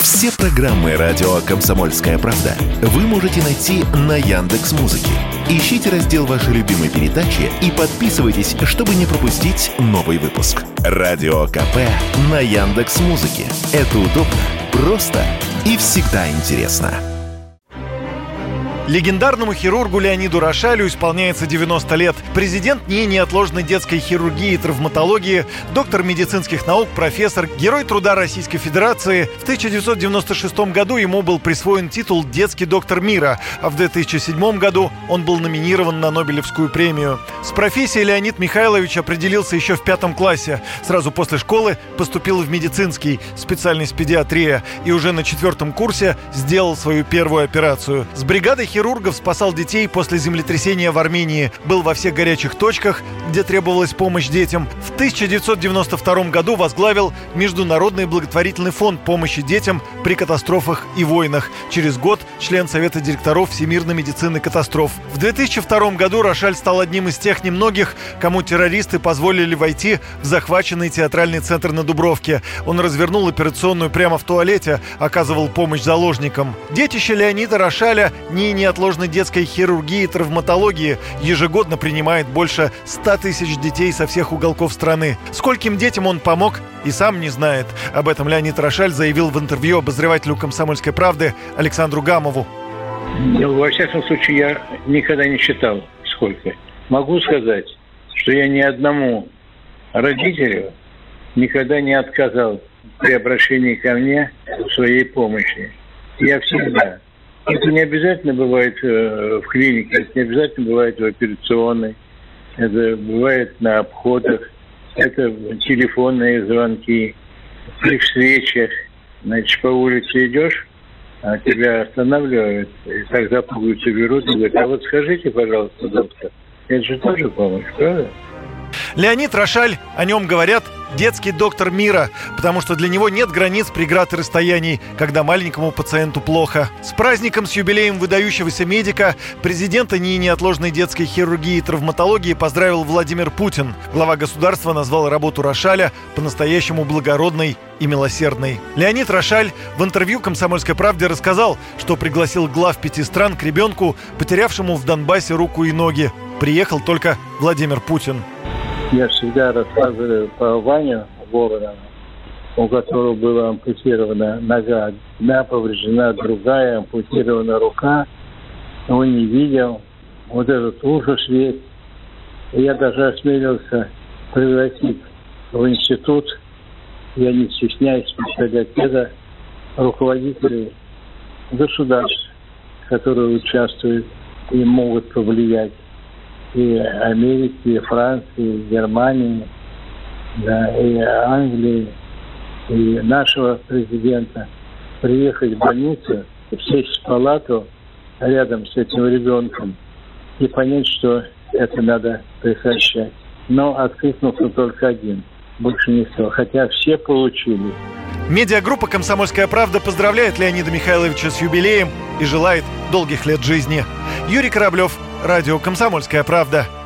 Все программы радио «Комсомольская правда» вы можете найти на Яндекс.Музыке. Ищите раздел вашей любимой передачи и подписывайтесь, чтобы не пропустить новый выпуск. Радио КП на Яндекс.Музыке. Это удобно, просто и всегда интересно. Легендарному хирургу Леониду Рошалю исполняется 90 лет. Президент НИИ неотложной детской хирургии и травматологии, доктор медицинских наук, профессор, герой труда Российской Федерации. В 1996 году ему был присвоен титул «Детский доктор мира», а в 2007 году он был номинирован на Нобелевскую премию. С профессией Леонид Михайлович определился еще в 5 классе. Сразу после школы поступил в медицинский, специальность педиатрия, и уже на 4 курсе сделал свою первую операцию. С бригадой хирургов спасал детей после землетрясения в Армении, был во всех горячих точках, где требовалась помощь детям. В 1992 году возглавил Международный благотворительный фонд помощи детям при катастрофах и войнах. Через год член Совета директоров Всемирной медицины катастроф. В 2002 году Рошаль стал одним из тех немногих, кому террористы позволили войти в захваченный театральный центр на Дубровке. Он развернул операционную прямо в туалете, оказывал помощь заложникам. Детище Леонида Рошаля НИИ неотложной детской хирургии и травматологии ежегодно принимает больше 100 тысяч детей со всех уголков страны. Скольким детям он помог, и сам не знает. Об этом Леонид Рошаль заявил в интервью обозревателю «Комсомольской правды» Александру Гамову. Во всяком случае, я никогда не считал, сколько. Могу сказать, что я ни одному родителю никогда не отказал при обращении ко мне в своей помощи. Я всегда. Это не обязательно бывает в клинике, это не обязательно бывает в операционной, это бывает на обходах, это телефонные звонки, при встречах. Значит, по улице идешь, а тебя останавливают, и тогда пугаются, берут и говорят: а вот скажите, пожалуйста, доктор, это же тоже помощь, правда? Леонид Рошаль, о нем говорят, детский доктор мира, потому что для него нет границ, преград и расстояний, когда маленькому пациенту плохо. С праздником, с юбилеем выдающегося медика президента НИИ неотложной детской хирургии и травматологии поздравил Владимир Путин. Глава государства назвал работу Рошаля по-настоящему благородной и милосердной. Леонид Рошаль в интервью «Комсомольской правде» рассказал, что пригласил глав 5 стран к ребенку, потерявшему в Донбассе руку и ноги. Приехал только Владимир Путин. Я всегда рассказываю про Ваню Воронова, у которого была ампутирована нога, одна повреждена, другая, ампутирована рука. Он не видел. Вот этот ужас весь. И я даже осмелился пригласить в институт, я не стесняюсь представлять это, руководителей государств, которые участвуют и могут повлиять. И Америки, и Франции, и Германии, да, и Англии, и нашего президента приехать в больницу, сесть в палату рядом с этим ребенком и понять, что это надо прекращать. Но откликнулся только один, больше никто, хотя все получили. Медиагруппа «Комсомольская правда» поздравляет Леонида Михайловича с юбилеем и желает долгих лет жизни. Юрий Кораблев, радио «Комсомольская правда».